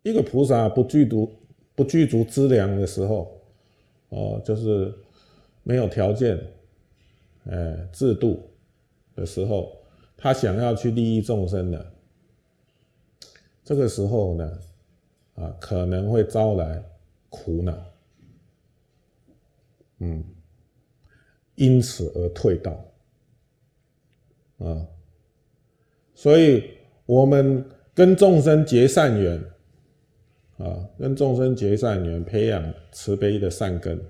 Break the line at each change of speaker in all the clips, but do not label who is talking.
一个菩萨不具足资粮的时候，就是没有条件，制度的时候，他想要去利益众生的，这个时候呢，可能会招来苦恼，因此而退道，所以我们跟众生结善缘，跟众生结善缘，培养慈悲的善根，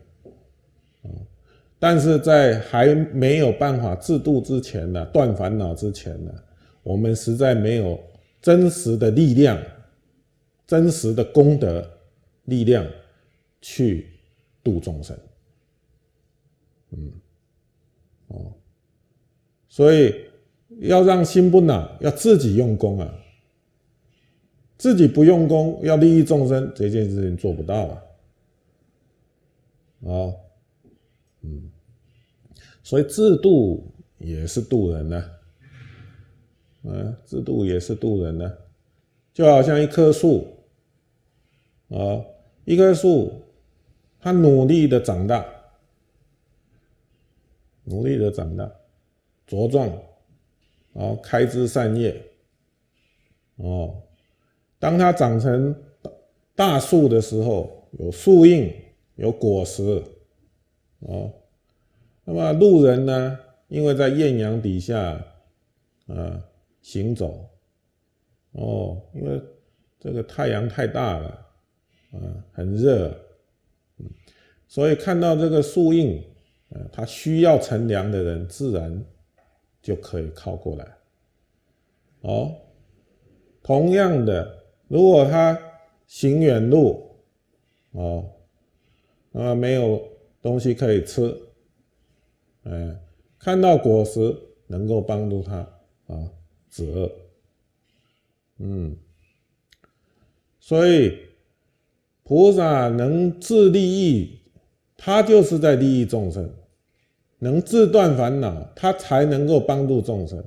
但是在还没有办法自度之前呢，断烦恼之前呢，我们实在没有真实的力量、真实的功德力量去度众生。所以要让心不恼，要自己用功啊。自己不用功，要利益众生，这件事情做不到啊。所以自度也是度人呢，自度也是度人呢。就好像一棵树，一棵树，它努力的长大，茁壮，开枝散叶，当它长成大树的时候，有树荫，有果实，那么路人呢，因为在艳阳底下行走，因为这个太阳太大了，很热，所以看到这个树荫，他需要乘凉的人，自然就可以靠过来。同样的，如果他行远路，没有东西可以吃，看到果实能够帮助他止饿，所以菩萨能自利益，他就是在利益众生；能自断烦恼，他才能够帮助众生。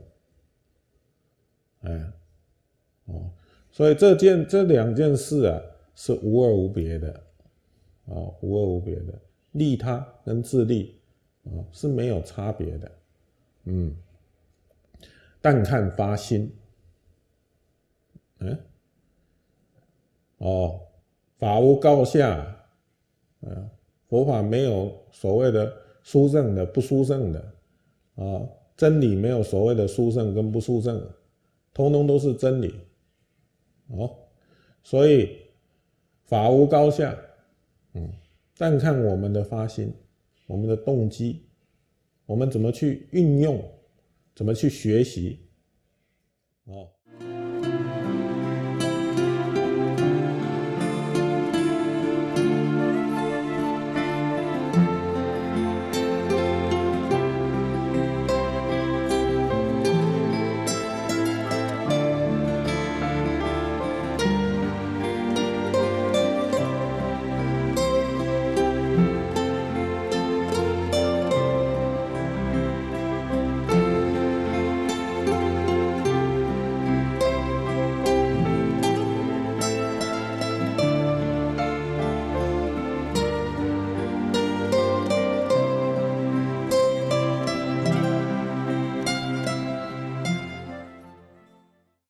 所以这两件事是无二无别的，无二无别的，利他跟自利是没有差别的，但看发心，法无高下，佛法没有所谓的殊胜的不殊胜的，真理没有所谓的殊胜跟不殊胜，通通都是真理。所以法无高下，但看我们的发心，我们的动机，我们怎么去运用，怎么去学习，